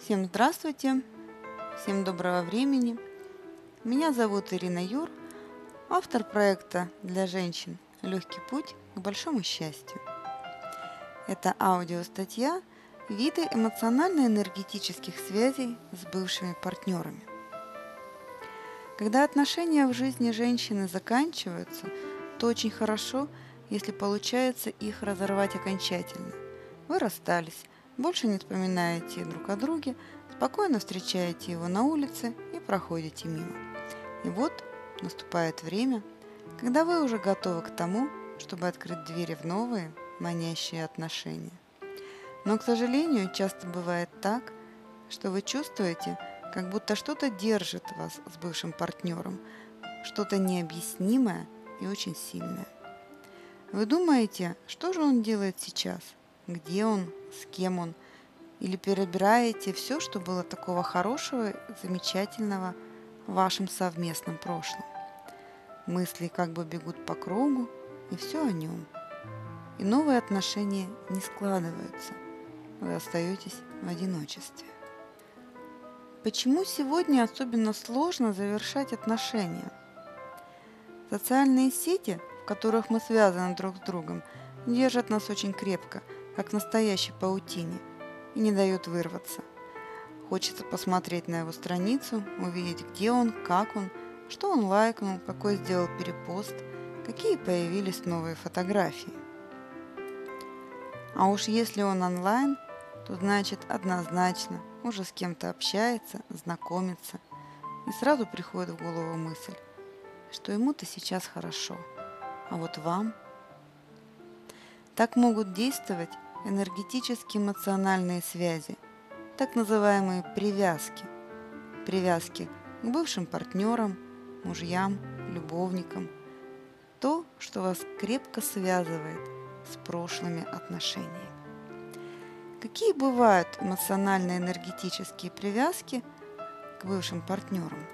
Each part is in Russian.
Всем здравствуйте, всем доброго времени. Меня зовут Ирина Юр, автор проекта для женщин «Легкий путь к большому счастью». Это аудиостатья «Виды эмоционально-энергетических связей с бывшими партнерами». Когда отношения в жизни женщины заканчиваются, то очень хорошо, если получается их разорвать окончательно. Вы расстались, больше не вспоминаете друг о друге, спокойно встречаете его на улице и проходите мимо. И вот наступает время, когда вы уже готовы к тому, чтобы открыть двери в новые, манящие отношения. Но, к сожалению, часто бывает так, что вы чувствуете, как будто что-то держит вас с бывшим партнером, что-то необъяснимое и очень сильное. Вы думаете, что же он делает сейчас? Где он? С кем он? Или перебираете все, что было такого хорошего, замечательного в вашем совместном прошлом? Мысли как бы бегут по кругу, и все о нем. И новые отношения не складываются. Вы остаетесь в одиночестве. Почему сегодня особенно сложно завершать отношения? Социальные сети, в которых мы связаны друг с другом, держат нас очень крепко, как в настоящей паутине, и не дают вырваться. Хочется посмотреть на его страницу, увидеть, где он, как он, что он лайкнул, какой сделал перепост, какие появились новые фотографии. А уж если он онлайн, то значит однозначно уже с кем-то общается, знакомится, и сразу приходит в голову мысль, что ему-то сейчас хорошо, а вот вам? Так могут действовать энергетические эмоциональные связи, так называемые привязки. Привязки к бывшим партнерам, мужьям, любовникам. То, что вас крепко связывает с прошлыми отношениями. Какие бывают эмоциональные энергетические привязки к бывшим партнерам?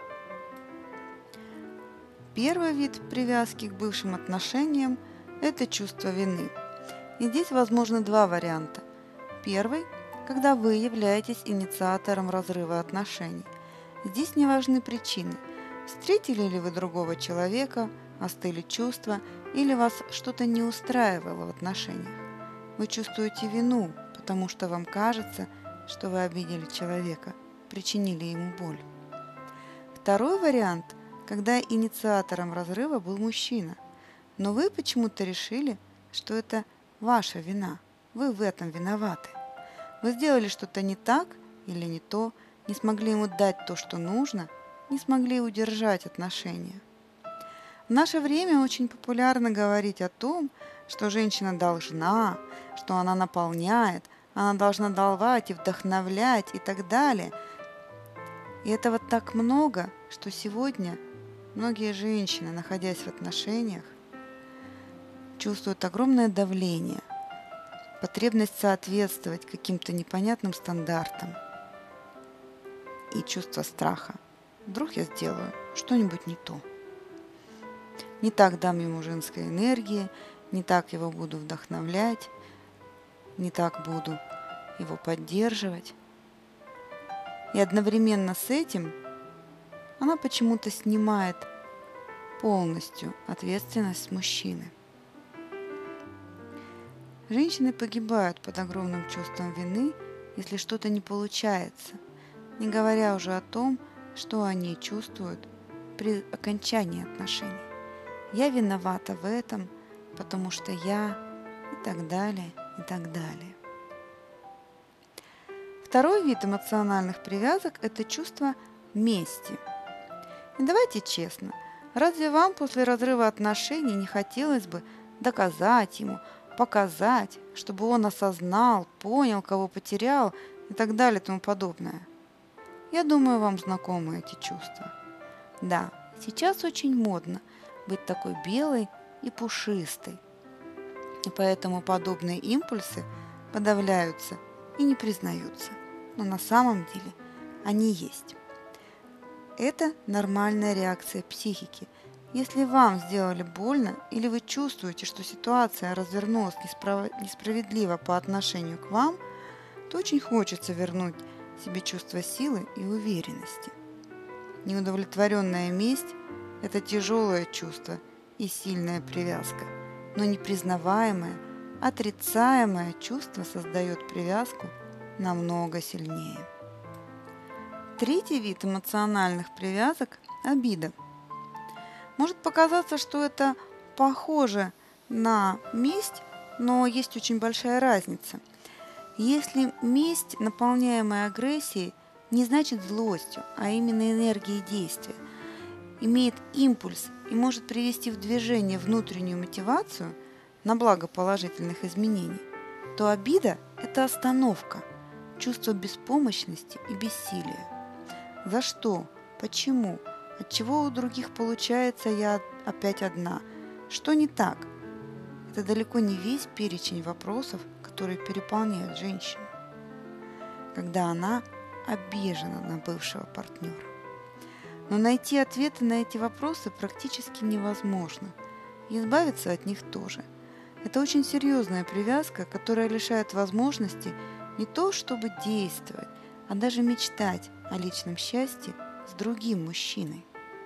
Первый вид привязки к бывшим отношениям – это чувство вины. И здесь возможны два варианта. Первый – когда вы являетесь инициатором разрыва отношений. Здесь не важны причины. Встретили ли вы другого человека, остыли чувства, или вас что-то не устраивало в отношениях. Вы чувствуете вину, потому что вам кажется, что вы обидели человека, причинили ему боль. Второй вариант – когда инициатором разрыва был мужчина, но вы почему-то решили, что это ваша вина, вы в этом виноваты. Вы сделали что-то не так или не то, не смогли ему дать то, что нужно, не смогли удержать отношения. В наше время очень популярно говорить о том, что женщина должна, что она наполняет, она должна давать и вдохновлять и так далее. И этого так много, что сегодня многие женщины, находясь в отношениях, чувствуют огромное давление, потребность соответствовать каким-то непонятным стандартам и чувство страха. Вдруг я сделаю что-нибудь не то. Не так дам ему женской энергии, не так его буду вдохновлять, не так буду его поддерживать. И одновременно с этим она почему-то снимает полностью ответственность с мужчины. Женщины погибают под огромным чувством вины, если что-то не получается, не говоря уже о том, что они чувствуют при окончании отношений. Я виновата в этом, потому что я и так далее, и так далее. Второй вид эмоциональных привязок – это чувство мести. И давайте честно, разве вам после разрыва отношений не хотелось бы доказать ему, показать, чтобы он осознал, понял, кого потерял и так далее и тому подобное? Я думаю, вам знакомы эти чувства. Да, сейчас очень модно быть такой белой и пушистой. И поэтому подобные импульсы подавляются и не признаются. Но на самом деле они есть. Это нормальная реакция психики. Если вам сделали больно или вы чувствуете, что ситуация развернулась несправедливо по отношению к вам, то очень хочется вернуть себе чувство силы и уверенности. Неудовлетворенная месть – это тяжелое чувство и сильная привязка, но непризнаваемое, отрицаемое чувство создает привязку намного сильнее. Третий вид эмоциональных привязок – обида. Может показаться, что это похоже на месть, но есть очень большая разница. Если месть, наполняемая агрессией, не значит злостью, а именно энергией действия, имеет импульс и может привести в движение внутреннюю мотивацию на благо положительных изменений, то обида – это остановка, чувство беспомощности и бессилия. За что? Почему? Отчего у других получается я опять одна? Что не так? Это далеко не весь перечень вопросов, которые переполняют женщину, когда она обижена на бывшего партнера. Но найти ответы на эти вопросы практически невозможно, и избавиться от них тоже. Это очень серьезная привязка, которая лишает возможности не то чтобы действовать, а даже мечтать о личном счастье с другим мужчиной.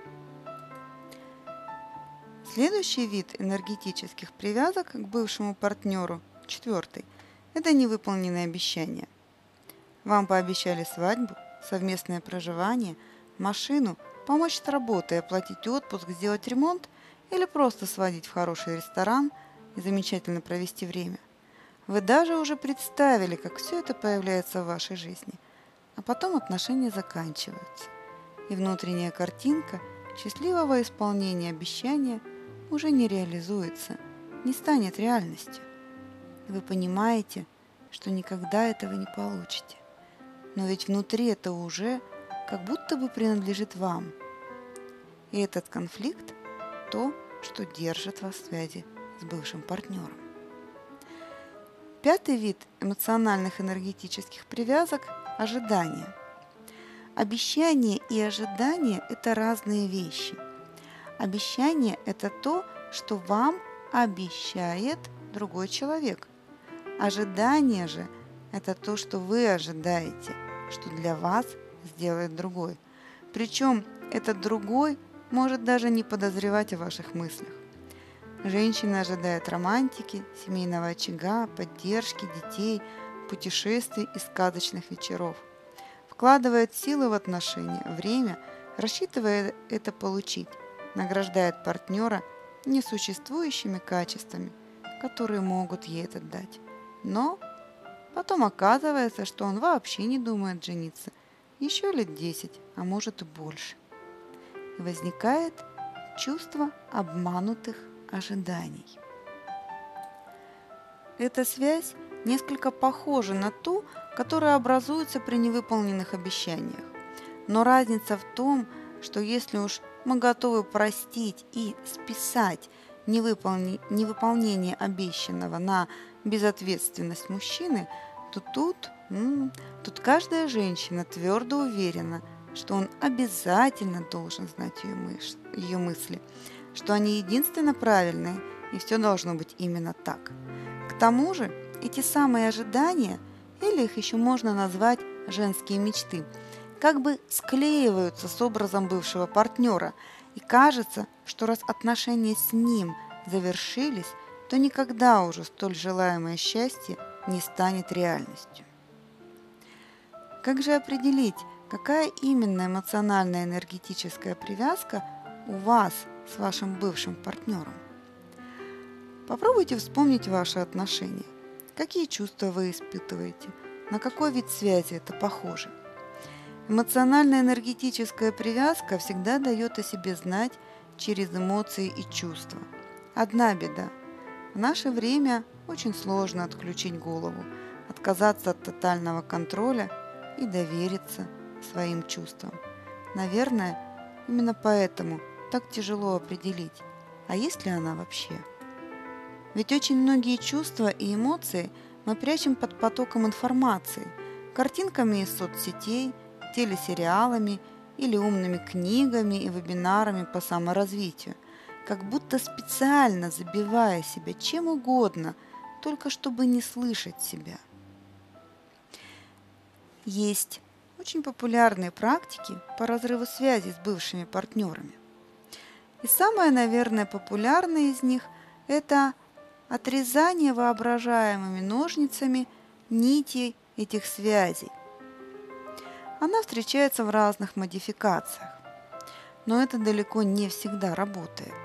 Следующий вид энергетических привязок к бывшему партнеру, четвертый, это невыполненные обещания. Вам пообещали свадьбу, совместное проживание, машину, помочь с работой, оплатить отпуск, сделать ремонт или просто сводить в хороший ресторан и замечательно провести время. Вы даже уже представили, как все это появляется в вашей жизни, а потом отношения заканчиваются, и внутренняя картинка счастливого исполнения обещания уже не реализуется, не станет реальностью. Вы понимаете, что никогда этого не получите. Но ведь внутри это уже как будто бы принадлежит вам. И этот конфликт – то, что держит вас в связи с бывшим партнером. Пятый вид эмоциональных энергетических привязок – ожидания. Обещание и ожидание – это разные вещи. Обещание – это то, что вам обещает другой человек. Ожидание же – это то, что вы ожидаете, что для вас сделает другой. Причем этот другой может даже не подозревать о ваших мыслях. Женщина ожидает романтики, семейного очага, поддержки, детей, путешествий и сказочных вечеров. Вкладывает силы в отношения, время, рассчитывая это получить, награждает партнера несуществующими качествами, которые могут ей это дать. Но потом оказывается, что он вообще не думает жениться еще лет 10, а может и больше. И возникает чувство обманутых ожиданий. Эта связь несколько похожа на ту, которая образуется при невыполненных обещаниях. Но разница в том, что если уж мы готовы простить и списать невыполнение обещанного на безответственность мужчины, то тут каждая женщина твердо уверена, что он обязательно должен знать ее мысли, что они единственно правильные, и все должно быть именно так. К тому же эти самые ожидания, или их еще можно назвать женские мечты, как бы склеиваются с образом бывшего партнера, и кажется, что раз отношения с ним завершились, то никогда уже столь желаемое счастье не станет реальностью. Как же определить, какая именно эмоциональная энергетическая привязка у вас с вашим бывшим партнером? Попробуйте вспомнить ваши отношения. Какие чувства вы испытываете? На какой вид связи это похоже? Эмоциональная энергетическая привязка всегда дает о себе знать через эмоции и чувства. Одна беда. В наше время очень сложно отключить голову, отказаться от тотального контроля и довериться своим чувствам. Наверное, именно поэтому так тяжело определить, а есть ли она вообще. Ведь очень многие чувства и эмоции мы прячем под потоком информации, картинками из соцсетей, телесериалами или умными книгами и вебинарами по саморазвитию, как будто специально забивая себя чем угодно, только чтобы не слышать себя. Есть очень популярные практики по разрыву связи с бывшими партнерами. И самое, наверное, популярное из них – это отрезание воображаемыми ножницами нитей этих связей. Она встречается в разных модификациях, но это далеко не всегда работает.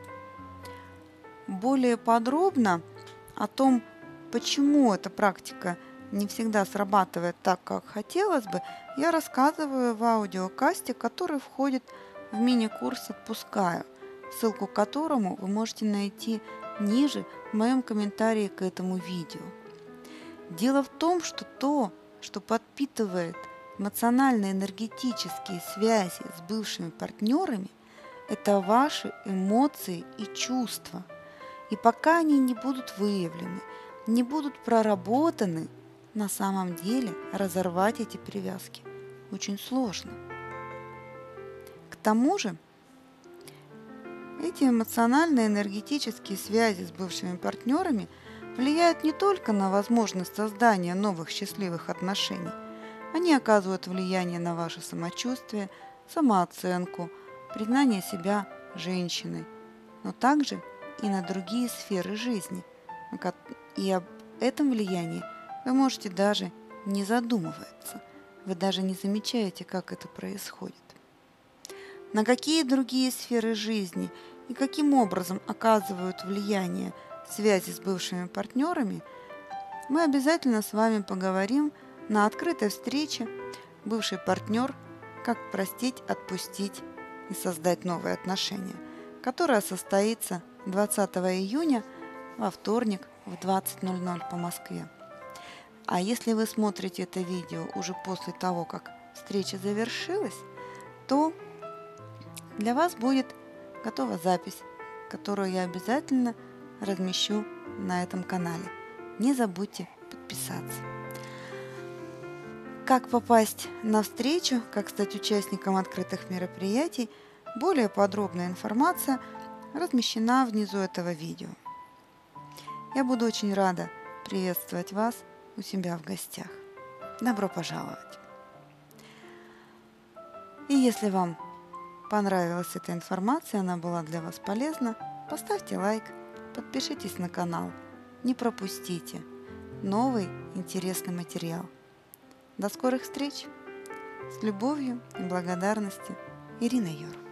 Более подробно о том, почему эта практика не всегда срабатывает так, как хотелось бы, я рассказываю в аудиокасте, который входит в мини-курс «Отпускаю», ссылку к которому вы можете найти ниже в моем комментарии к этому видео. Дело в том, что то, что подпитывает эмоционально-энергетические связи с бывшими партнерами, это ваши эмоции и чувства. И пока они не будут выявлены, не будут проработаны, на самом деле разорвать эти привязки очень сложно. К тому же, эти эмоционально-энергетические связи с бывшими партнерами влияют не только на возможность создания новых счастливых отношений, они оказывают влияние на ваше самочувствие, самооценку, признание себя женщиной, но также и на другие сферы жизни. И об этом влиянии вы можете даже не задумываться, вы даже не замечаете, как это происходит. На какие другие сферы жизни и каким образом оказывают влияние связи с бывшими партнерами, мы обязательно с вами поговорим на открытой встрече «Бывший партнер. Как простить, отпустить и создать новые отношения», которая состоится 20 июня во вторник в 20:00 по Москве. А если вы смотрите это видео уже после того, как встреча завершилась, то для вас будет готова запись, которую я обязательно размещу на этом канале. Не забудьте подписаться. Как попасть на встречу, как стать участником открытых мероприятий, более подробная информация размещена внизу этого видео. Я буду очень рада приветствовать вас у себя в гостях. Добро пожаловать! И если вам понравилась эта информация, она была для вас полезна, поставьте лайк, подпишитесь на канал, не пропустите новый интересный материал. До скорых встреч! С любовью и благодарностью, Ирина Юр.